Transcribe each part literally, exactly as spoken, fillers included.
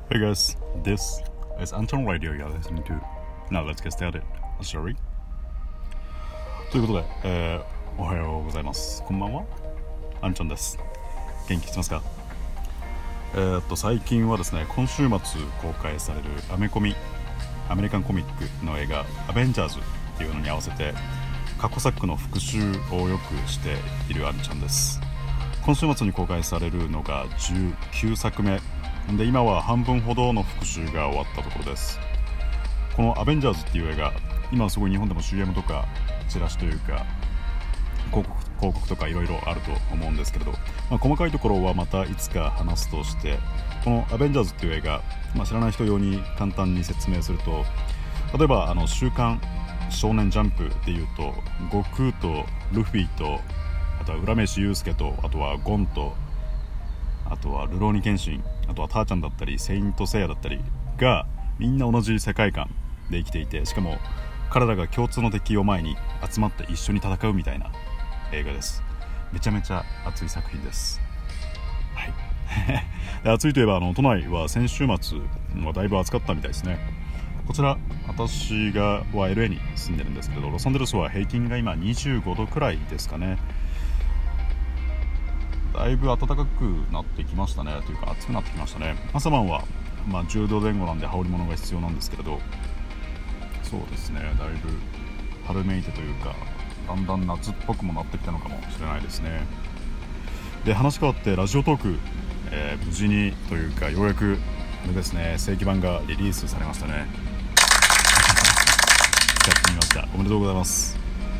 Hey guys, this is Anton Radio you're listening to. Now let's get started. Sorry. ということで、えー、おはようございます。こんばんは。アンチョンです。元気してますか？えー、っと最近はですね、今週末公開されるアメコミ、アメリカンコミックの映画アベンジャーズっていうのに合わせて過去作の復習をよくしているアンチョンです。今週末に公開されるのがじゅうきゅうさくめで、今は半分ほどの復習が終わったところです。このアベンジャーズっていう映画、今すごい日本でも シーエム とかチラシというか広告、広告とかいろいろあると思うんですけれど、まあ、細かいところはまたいつか話すとして、このアベンジャーズっていう映画、まあ、知らない人用に簡単に説明すると、例えばあの週刊少年ジャンプでいうと悟空とルフィと、あとは浦飯祐介と、あとはゴンと、あとはルローニケンシン、あとはターちゃんだったりセイントセイヤだったりがみんな同じ世界観で生きていて、しかも彼らが共通の敵を前に集まって一緒に戦うみたいな映画です。めちゃめちゃ熱い作品です。はいで熱いといえばあの都内は先週末はだいぶ暑かったみたいですね。こちら私がは エルエー に住んでるんですけど、ロサンゼルスは平均が今にじゅうごどくらいですかね。だいぶ暖かくなってきましたね。というか暑くなってきましたね。朝晩は、まあ、じゅうどぜん後なんで羽織物が必要なんですけれど、そうですね、だいぶ春めいてというかだんだん夏っぽくもなってきたのかもしれないですね。で、話変わってラジオトーク、えー、無事にというかようやくこれですね、正規版がリリースされましたね。使ってみました。おめでとうございます。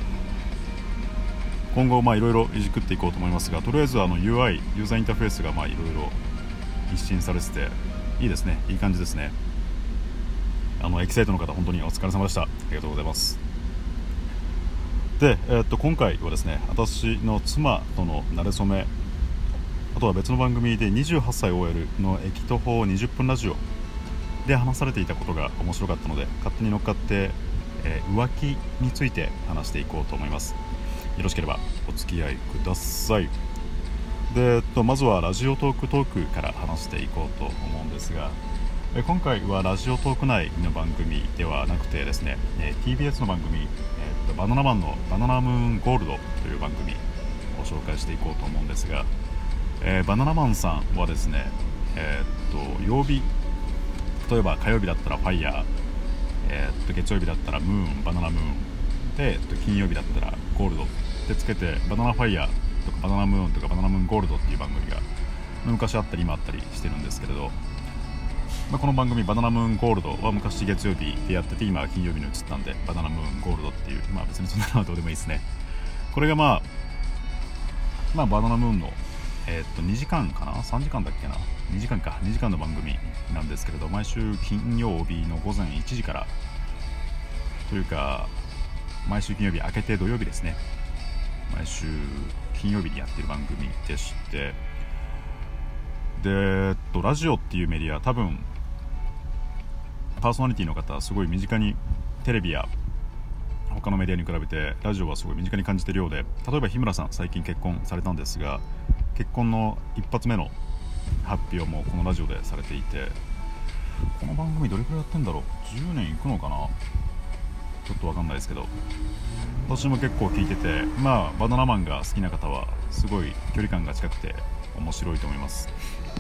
今後まあいろいろいじくっていこうと思いますが、とりあえずあの ユーアイ ユーザーインターフェースがまあいろいろ一新されてていいですね。いい感じですね。あのエキサイトの方本当にお疲れ様でした。ありがとうございます。で、えー、っと今回はですね、私の妻との馴れ初め、あとは別の番組でにじゅうはっさい オーエル の駅徒歩にじゅっぷんラジオで話されていたことが面白かったので、勝手に乗っかって、えー、浮気について話していこうと思います。よろしければお付き合いください。で、えっと、まずはラジオトークトークから話していこうと思うんですが、え今回はラジオトーク内の番組ではなくてですね、え ティービーエス の番組、えっと、バナナマンのバナナムーンゴールドという番組を紹介していこうと思うんですが、えー、バナナマンさんはですね、えー、っと曜日、例えば火曜日だったらファイヤー、えー、っと月曜日だったらムーン、バナナムーンで、えっと、金曜日だったらゴールドでつけて、バナナファイヤーとかバナナムーンとかバナナムーンゴールドっていう番組が昔あったり今あったりしてるんですけれど、まあ、この番組バナナムーンゴールドは昔月曜日でやってて、今は金曜日に移ったんでバナナムーンゴールドっていう、まあ別にそんなのはどうでもいいですね。これがまあまあバナナムーンのえー、っとにじかんかなさんじかんだっけなにじかんかにじかんの番組なんですけれど、毎週金曜日のごぜんいちじからというか毎週金曜日明けて土曜日ですね、毎週金曜日にやってる番組でして、で、えっと、ラジオっていうメディア、多分パーソナリティの方すごい身近に、テレビや他のメディアに比べてラジオはすごい身近に感じているようで、例えば日村さん最近結婚されたんですが、結婚の一発目の発表もこのラジオでされていて、この番組どれくらいやってんだろう、じゅうねんいくのかな、ちょっとわかんないですけど、私も結構聞いてて、まあバナナマンが好きな方はすごい距離感が近くて面白いと思います。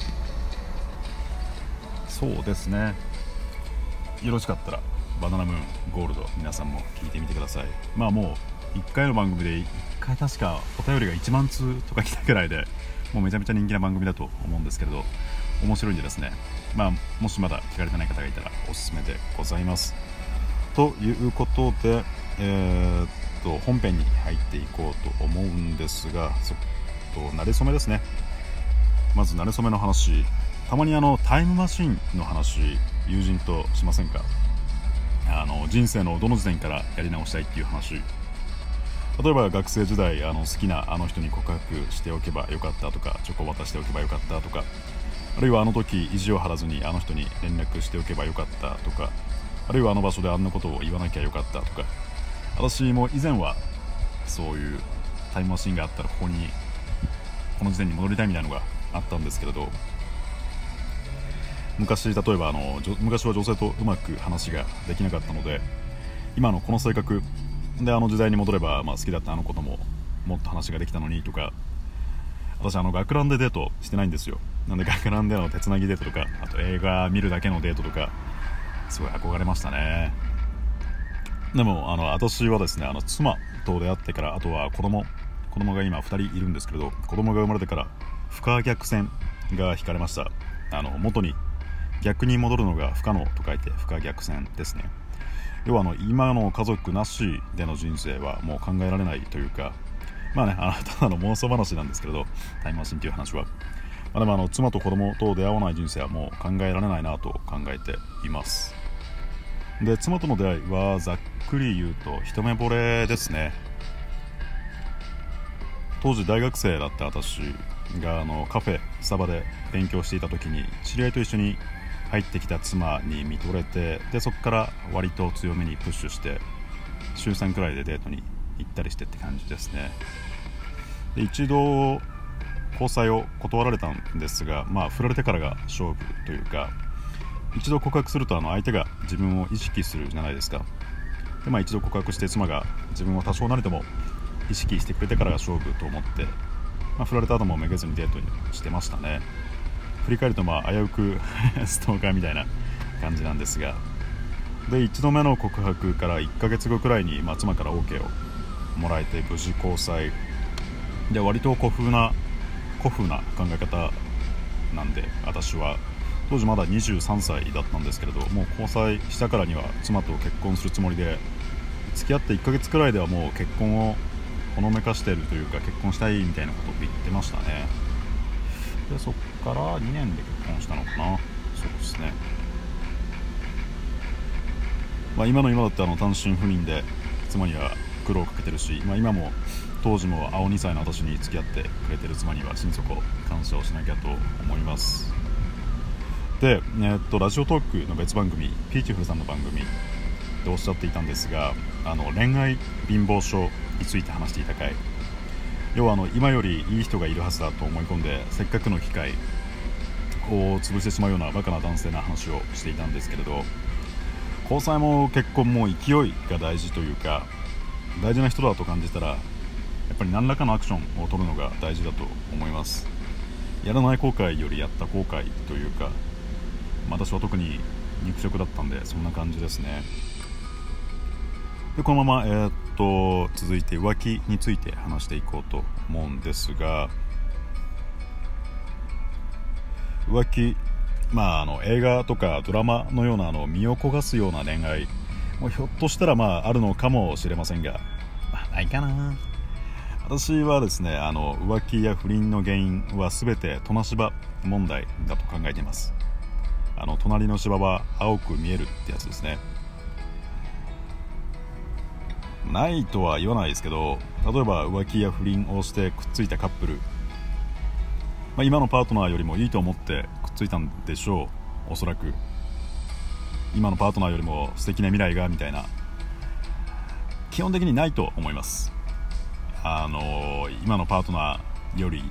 そうですね、よろしかったらバナナムーンゴールド皆さんも聞いてみてください。まあもういっかいの番組でいっかい確かお便りがいちまんつうとか来たくらいで、もうめちゃめちゃ人気な番組だと思うんですけれど、面白いんでですね、まあもしまだ聞かれてない方がいたらおすすめでございます。ということで、えー、っと本編に入っていこうと思うんですが、そっと馴れ初めですね。まず馴れ初めの話、たまにあのタイムマシンの話友人としませんか？あの人生のどの時点からやり直したいっていう話。例えば学生時代あの好きなあの人に告白しておけばよかったとか、チョコ渡しておけばよかったとか、あるいはあの時意地を張らずにあの人に連絡しておけばよかったとか、あるいはあの場所であんなことを言わなきゃよかったとか、私も以前はそういうタイムマシンがあったらここにこの時点に戻りたいみたいなのがあったんですけれど、 昔例えばあの昔は女性とうまく話ができなかったので、今のこの性格であの時代に戻れば、まあ、好きだったあの子とももっと話ができたのにとか、私あの学ランでデートしてないんですよ。なんで学ランでの手つなぎデートとか、あと映画見るだけのデートとかすごい憧れましたね。でもあの私はですね、あの妻と出会ってから、あとは子供子供が今ふたりいるんですけれど、子供が生まれてから不可逆線が引かれました。あの元に逆に戻るのが不可能と書いて不可逆線ですね。要はあの今の家族なしでの人生はもう考えられないというか、まあね、あのただの妄想話なんですけれど、タイムマシンという話は、まあ、でもあの妻と子供と出会わない人生はもう考えられないなと考えています。で、妻との出会いはざっくり言うと一目惚れですね。当時大学生だった私があのカフェスタバで勉強していた時に、知り合いと一緒に入ってきた妻に見とれて、でそこから割と強めにプッシュして週さんくらいでデートに行ったりしてって感じですね。で一度交際を断られたんですが、まあ振られてからが勝負というか、一度告白するとあの相手が自分を意識するじゃないですか。で、まあ、一度告白して妻が自分を多少なりとも意識してくれてからが勝負と思って、まあ、振られた後もめげずにデートにしてましたね。振り返るとまあ危うくストーカーみたいな感じなんですが、でいちどめの告白からいっかげつごくらいに、まあ、妻から オーケー をもらえて無事交際で、割と古風な古風な考え方なんで、私は当時まだにじゅうさんさいだったんですけれど、もう交際したからには妻と結婚するつもりで、付き合っていっかげつくらいではもう結婚をほのめかしているというか、結婚したいみたいなことを言ってましたね。でそっからにねんで結婚したのかな。そうですね。まあ、今の今だってあの単身赴任で妻には苦労をかけてるし、まあ、今も当時も青にさいの私に付き合ってくれてる妻には心底感謝をしなきゃと思います。で、えー、っとラジオトークの別番組ピーチフルさんの番組でおっしゃっていたんですが、あの恋愛貧乏症について話していた回、要はあの今よりいい人がいるはずだと思い込んで、せっかくの機会を潰してしまうようなバカな男性の話をしていたんですけれど、交際も結婚も勢いが大事というか、大事な人だと感じたらやっぱり何らかのアクションを取るのが大事だと思います。やらない後悔よりやった後悔というか、私は特に肉食だったんでそんな感じですね。でこのまま、えー、っと続いて浮気について話していこうと思うんですが、浮気、まあ、あの映画とかドラマのようなあの身を焦がすような恋愛もうひょっとしたらまああるのかもしれませんが、まあ、ないかな。私はですね、あの浮気や不倫の原因は全て隣芝問題だと考えています。あの隣の芝は青く見えるってやつですね。ないとは言わないですけど、例えば浮気や不倫をしてくっついたカップル、まあ、今のパートナーよりもいいと思ってくっついたんでしょう。おそらく今のパートナーよりも素敵な未来がみたいな、基本的にないと思います。あの今のパートナーより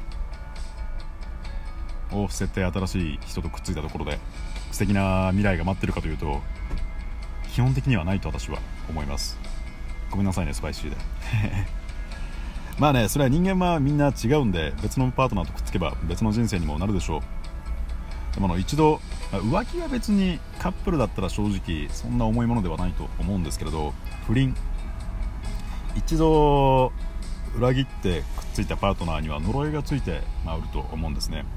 を捨てて新しい人とくっついたところで素敵な未来が待ってるかというと、基本的にはないと私は思います。ごめんなさいね、スパイシーでまあね、それは人間はみんな違うんで、別のパートナーとくっつけば別の人生にもなるでしょう。でもあの一度、まあ、浮気は別にカップルだったら正直そんな重いものではないと思うんですけれど、不倫、一度裏切ってくっついたパートナーには呪いがついて回ると思うんですね。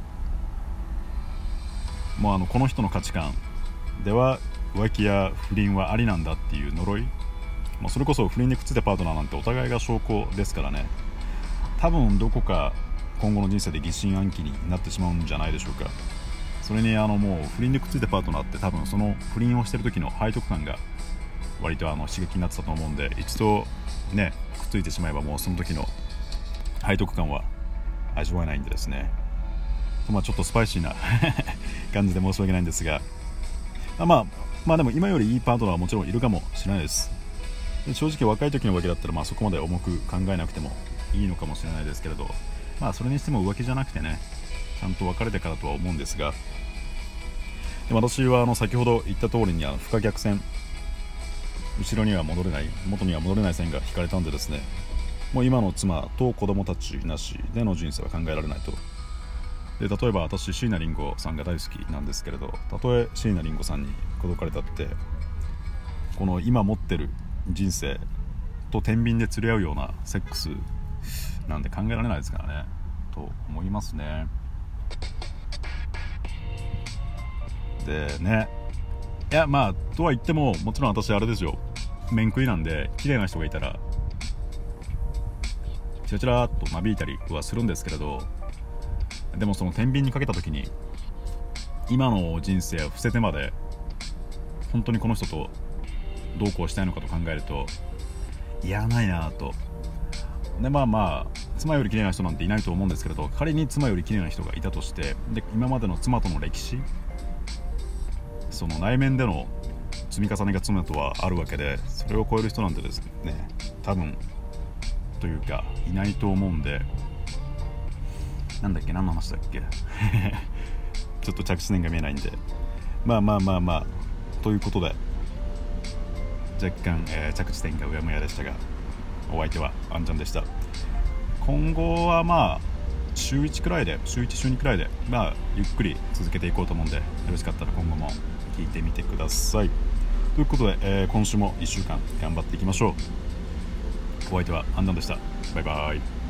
もうあのこの人の価値観では浮気や不倫はありなんだっていう呪い、まあ、それこそ不倫でくっついたパートナーなんてお互いが証拠ですからね。多分どこか今後の人生で疑心暗鬼になってしまうんじゃないでしょうか。それにあのもう不倫でくっついたパートナーって多分その不倫をしてる時の背徳感が割とあの刺激になってたと思うんで、一度ねくっついてしまえばもうその時の背徳感は味わえないんでですね、まあ、ちょっとスパイシーな感じで申し訳ないんですが、まあまあでも今よりいいパートナーはもちろんいるかもしれないです。で正直若い時の浮気だったらまあそこまで重く考えなくてもいいのかもしれないですけれど、まあそれにしても浮気じゃなくてね、ちゃんと別れてからとは思うんですが、 で私はあの先ほど言った通りにあの不可逆線、後ろには戻れない、元には戻れない線が引かれたんでですね、もう今の妻と子供たちなしでの人生は考えられないと。で例えば私椎名林檎さんが大好きなんですけれど、たとえ椎名林檎さんに口説かれたってこの今持ってる人生と天秤で釣り合うようなセックスなんで考えられないですからねと思いますね。でね、いやまあとは言ってももちろん私あれですよ、面食いなんで綺麗な人がいたらチラチラっとなびいたりはするんですけれど、でもその天秤にかけた時に今の人生を伏せてまで本当にこの人とどうこうしたいのかと考えるといやないなと。でまあまあ妻より綺麗な人なんていないと思うんですけれど、仮に妻より綺麗な人がいたとして、で今までの妻との歴史、その内面での積み重ねが妻とはあるわけで、それを超える人なんてですね多分というかいないと思うんで、なんだっけ何の話だっけちょっと着地点が見えないんで、まあまあまあまあということで若干、えー、着地点がうやむやでしたが、お相手はあんちゃんでした。今後はまあ週いちくらいで週いち週にくらいでまあゆっくり続けていこうと思うんで、よろしかったら今後も聞いてみてください。ということで、えー、今週もいっしゅうかん頑張っていきましょう。お相手はあんちゃんでした。バイバイ。